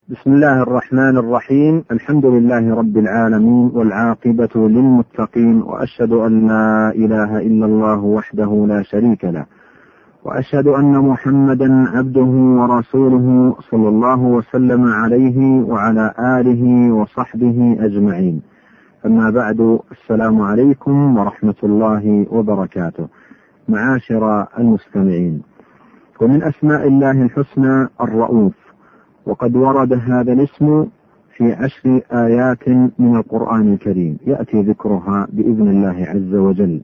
بسم الله الرحمن الرحيم. الحمد لله رب العالمين، والعاقبة للمتقين، وأشهد أن لا إله إلا الله وحده لا شريك له، وأشهد أن محمدا عبده ورسوله صلى الله وسلم عليه وعلى آله وصحبه أجمعين. أما بعد، السلام عليكم ورحمة الله وبركاته. معاشر المستمعين، ومن أسماء الله الحسنى الرؤوف، وقد ورد هذا الاسم في 10 آيات من القرآن الكريم يأتي ذكرها بإذن الله عز وجل.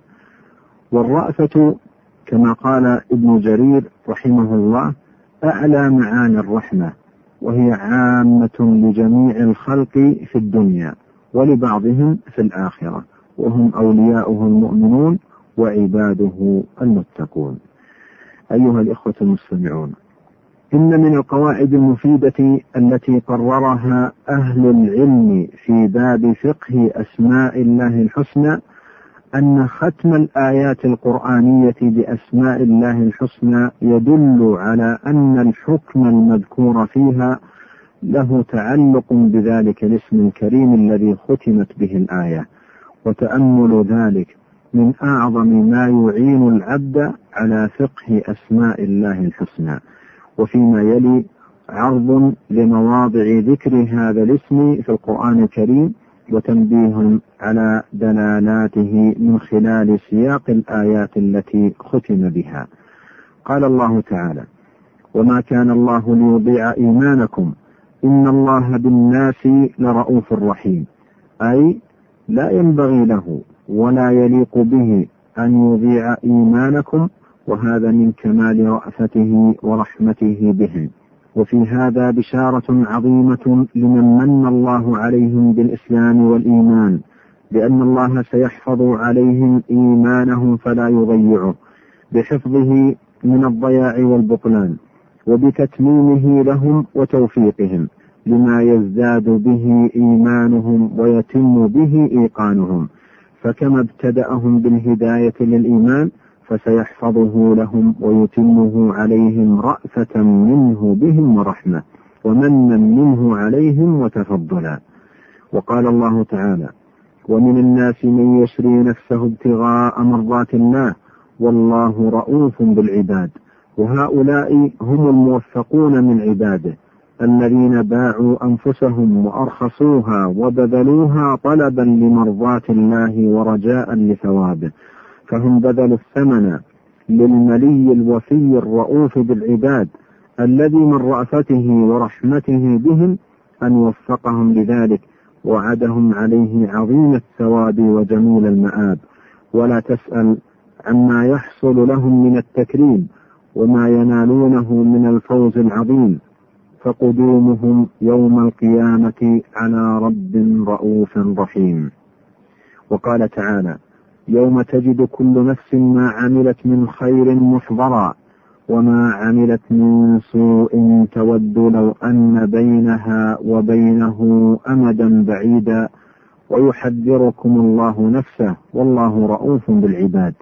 والرأفة كما قال ابن جرير رحمه الله أعلى معاني الرحمة، وهي عامة لجميع الخلق في الدنيا ولبعضهم في الآخرة، وهم أولياؤه المؤمنون وعباده المتقون. أيها الإخوة المستمعون، إن من القواعد المفيدة التي قررها أهل العلم في باب فقه أسماء الله الحسنى أن ختم الآيات القرآنية بأسماء الله الحسنى يدل على أن الحكم المذكور فيها له تعلق بذلك الاسم الكريم الذي ختمت به الآية، وتأمل ذلك من أعظم ما يعين العبد على فقه أسماء الله الحسنى. وفيما يلي عرض لمواضع ذكر هذا الاسم في القرآن الكريم، وتنبيه على دلالاته من خلال سياق الآيات التي ختم بها. قال الله تعالى: وما كان الله ليضيع إيمانكم إن الله بالناس لرؤوف رحيم، أي لا ينبغي له ولا يليق به أن يضيع إيمانكم، وهذا من كمال رأفته ورحمته بهم. وفي هذا بشارة عظيمة لمن من الله عليهم بالإسلام والإيمان، لأن الله سيحفظ عليهم إيمانهم فلا يضيعه بحفظه من الضياع والبطلان، وبتتميمه لهم وتوفيقهم لما يزداد به إيمانهم ويتم به إيقانهم. فكما ابتدأهم بالهداية للإيمان فسيحفظه لهم ويتمه عليهم رأفة منه بهم ورحمة، ومنا منه عليهم وتفضلا. وقال الله تعالى: ومن الناس من يشري نفسه ابتغاء مرضات الله والله رؤوف بالعباد. وهؤلاء هم الموفقون من عباده الذين باعوا أنفسهم وأرخصوها وبذلوها طلبا لمرضات الله ورجاء لثوابه، فهم بذلوا الثمن للملي الوفي الرؤوف بالعباد الذي من رأفته ورحمته بهم أن وفقهم لذلك وعدهم عليه عظيم الثواب وجميل المآب. ولا تسأل عما يحصل لهم من التكريم وما ينالونه من الفوز العظيم، فقدومهم يوم القيامة على رب رؤوف رحيم. وقال تعالى: يوم تجد كل نفس ما عملت من خير محضرا وما عملت من سوء تود لو أن بينها وبينه أمدا بعيدا ويحذركم الله نفسه والله رؤوف بالعباد.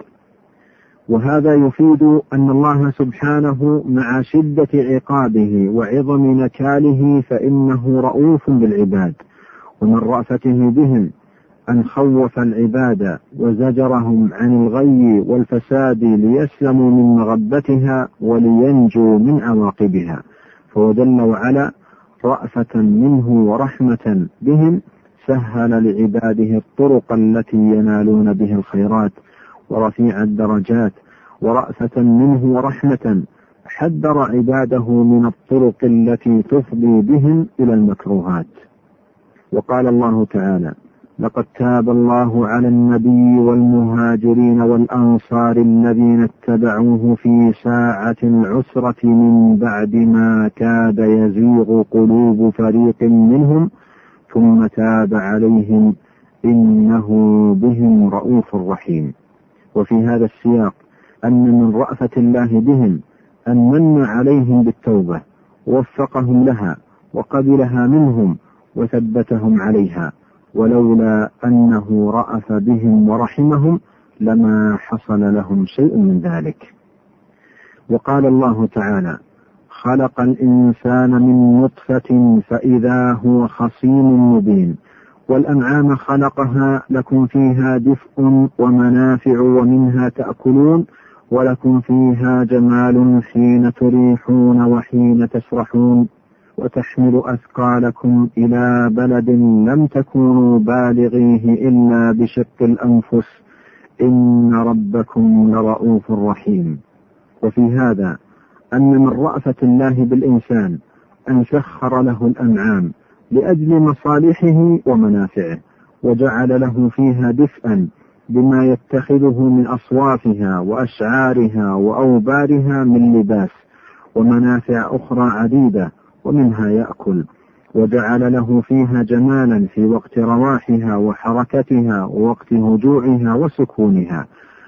وهذا يفيد أن الله سبحانه مع شدة عقابه وعظم نكاله فإنه رؤوف بالعباد، ومن رأفته بهم أن خوف العباد وزجرهم عن الغي والفساد ليسلموا من مغبتها ولينجوا من عواقبها. فهو جل وعلا رأفة منه ورحمة بهم سهل لعباده الطرق التي ينالون به الخيرات ورفيع الدرجات، ورأفة منه ورحمة حذر عباده من الطرق التي تفضي بهم إلى المكروهات. وقال الله تعالى: لقد تاب الله على النبي والمهاجرين والأنصار الذين اتبعوه في ساعة العسرة من بعد ما كاد يزيغ قلوب فريق منهم ثم تاب عليهم إنه بهم رؤوف رحيم. وفي هذا السياق أن من رأفة الله بهم أن من عليهم بالتوبة ووفقهم لها وقبلها منهم وثبتهم عليها، ولولا أنه رأف بهم ورحمهم لما حصل لهم شيء من ذلك. وقال الله تعالى: خلق الإنسان من نطفة فإذا هو خصيم مبين والأنعام خلقها لكم فيها دفء ومنافع ومنها تأكلون ولكم فيها جمال حين تريحون وحين تسرحون وتحمل أثقالكم إلى بلد لم تكونوا بالغيه إلا بشق الأنفس إن ربكم لرؤوف رحيم. وفي هذا أن من رأفة الله بالإنسان أن سخر له الأنعام لأجل مصالحه ومنافعه وجعل له فيها دفئا بما يتخذه من أصوافها وأشعارها وأوبارها من لباس ومنافع أخرى عديدة ومنها يأكل، وجعل له فيها جمالا في وقت رواحها وحركتها ووقت هجوعها وسكونها،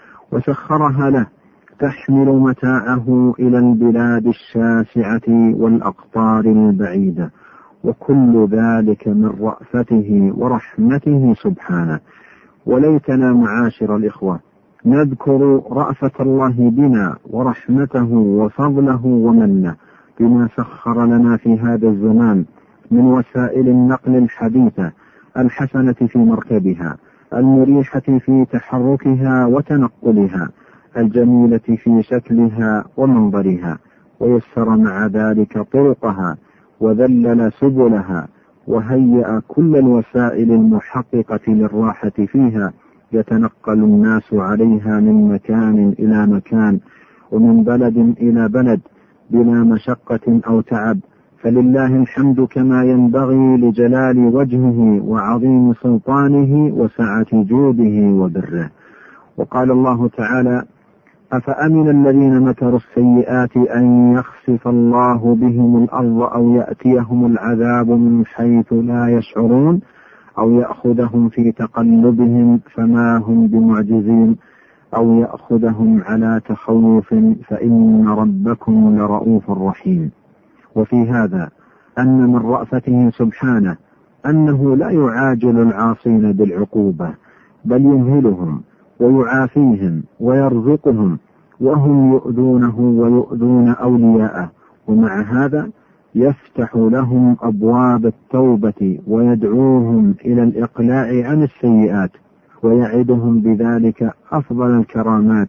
وسخرها له تحمل متاعه إلى البلاد الشاسعة والأقطار البعيدة، وكل ذلك من رأفته ورحمته سبحانه. وليتنا معاشر الإخوة نذكر رأفة الله بنا ورحمته وفضله ومنه بما سخر لنا في هذا الزمان من وسائل النقل الحديثة الحسنة في مركبها، المريحة في تحركها وتنقلها، الجميلة في شكلها ومنظرها، ويسر مع ذلك طرقها وذلل سبلها وهيأ كل الوسائل المحققة للراحة فيها، يتنقل الناس عليها من مكان إلى مكان ومن بلد إلى بلد بلا مشقة أو تعب، فلله الحمد كما ينبغي لجلال وجهه وعظيم سلطانه وسعة جوده وبره. وقال الله تعالى: أفأمن الذين مكروا السيئات أن يخسف الله بهم الأرض أو يأتيهم العذاب من حيث لا يشعرون أو يأخذهم في تقلبهم فما هم بمعجزين أو يأخذهم على تخوف فإن ربكم لرؤوف رحيم. وفي هذا أن من رأفته سبحانه أنه لا يعاجل العاصين بالعقوبة، بل يمهلهم ويعافيهم ويرزقهم وهم يؤذونه ويؤذون أولياءه، ومع هذا يفتح لهم أبواب التوبة ويدعوهم إلى الإقلاع عن السيئات، ويعدهم بذلك أفضل الكرامات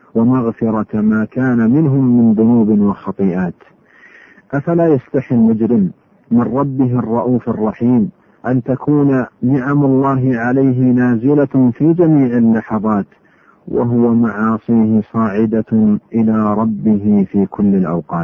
ومغفرة ما كان منهم من ذنوب وخطيئات. أفلا يستحي المجرم من ربه الرؤوف الرحيم أن تكون نعم الله عليه نازلة في جميع اللحظات وهو معاصيه صاعدة إلى ربه في كل الأوقات؟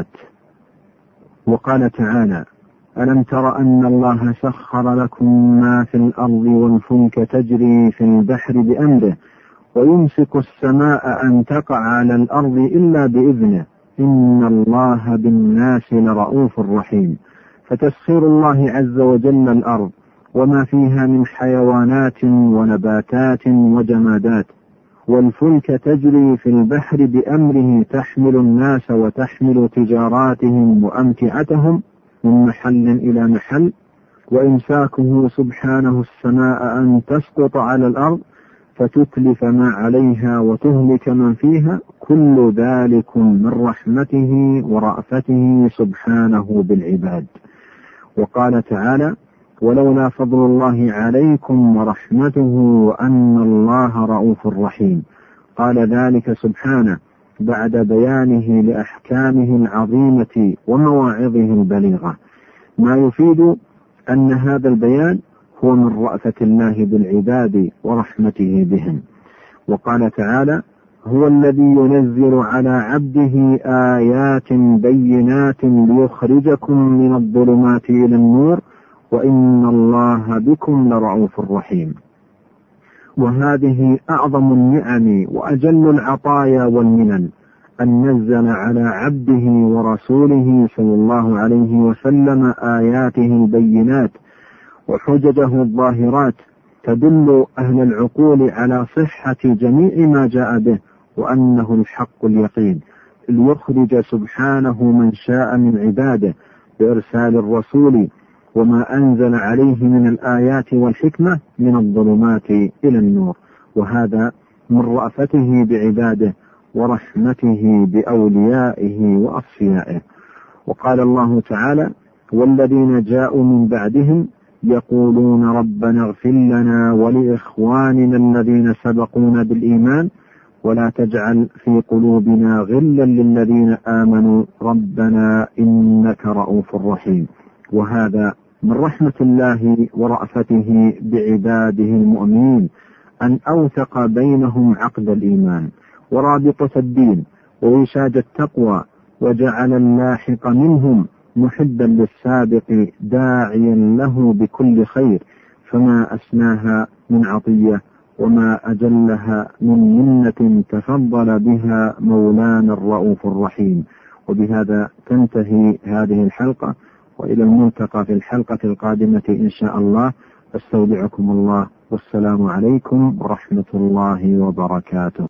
وقال تعالى: ألم تر أن الله سخر لكم ما في الأرض والفلك تجري في البحر بأمره ويمسك السماء أن تقع على الأرض إلا بإذنه إن الله بالناس لرؤوف رحيم. فتسخير الله عز وجل الأرض وما فيها من حيوانات ونباتات وجمادات، والفلك تجري في البحر بأمره تحمل الناس وتحمل تجاراتهم وأمتعتهم من محل إلى محل، وإمساكه سبحانه السماء أن تسقط على الأرض فتتلف ما عليها وتهلك من فيها، كل ذلك من رحمته ورأفته سبحانه بالعباد. وقال تعالى: ولولا فضل الله عليكم ورحمته وأن الله رؤوف رحيم. قال ذلك سبحانه بعد بيانه لأحكامه العظيمة ومواعظه البليغة، ما يفيد أن هذا البيان هو من رأفة الله بالعباد ورحمته بهم. وقال تعالى: هو الذي ينزل على عبده آيات بينات ليخرجكم من الظلمات إلى النور وإن الله بكم لرؤوف رحيم. وهذه أعظم النعم وأجل العطايا والمنن، أن نزل على عبده ورسوله صلى الله عليه وسلم آياته البينات وحججه الظاهرات تدل أهل العقول على صحة جميع ما جاء به وأنه الحق اليقين، ليخرج سبحانه من شاء من عباده بإرسال الرسول وما أنزل عليه من الآيات والحكمة من الظلمات إلى النور. وهذا من رأفته بعباده ورحمته بأوليائه وأصفيائه. وقال الله تعالى: والذين جاءوا من بعدهم يقولون ربنا اغفر لنا ولإخواننا الذين سبقونا بالإيمان ولا تجعل في قلوبنا غلا للذين آمنوا ربنا إنك رؤوف رحيم. وهذا من رحمة الله ورأفته بعباده المؤمنين أن أوثق بينهم عقد الإيمان ورابطة الدين ووشاج التقوى، وجعل اللاحق منهم محبا للسابق داعيا له بكل خير، فما أسناها من عطية وما أجلها من منة تفضل بها مولانا الرؤوف الرحيم. وبهذا تنتهي هذه الحلقة، وإلى الملتقى في الحلقة القادمة إن شاء الله. أستودعكم الله، والسلام عليكم ورحمة الله وبركاته.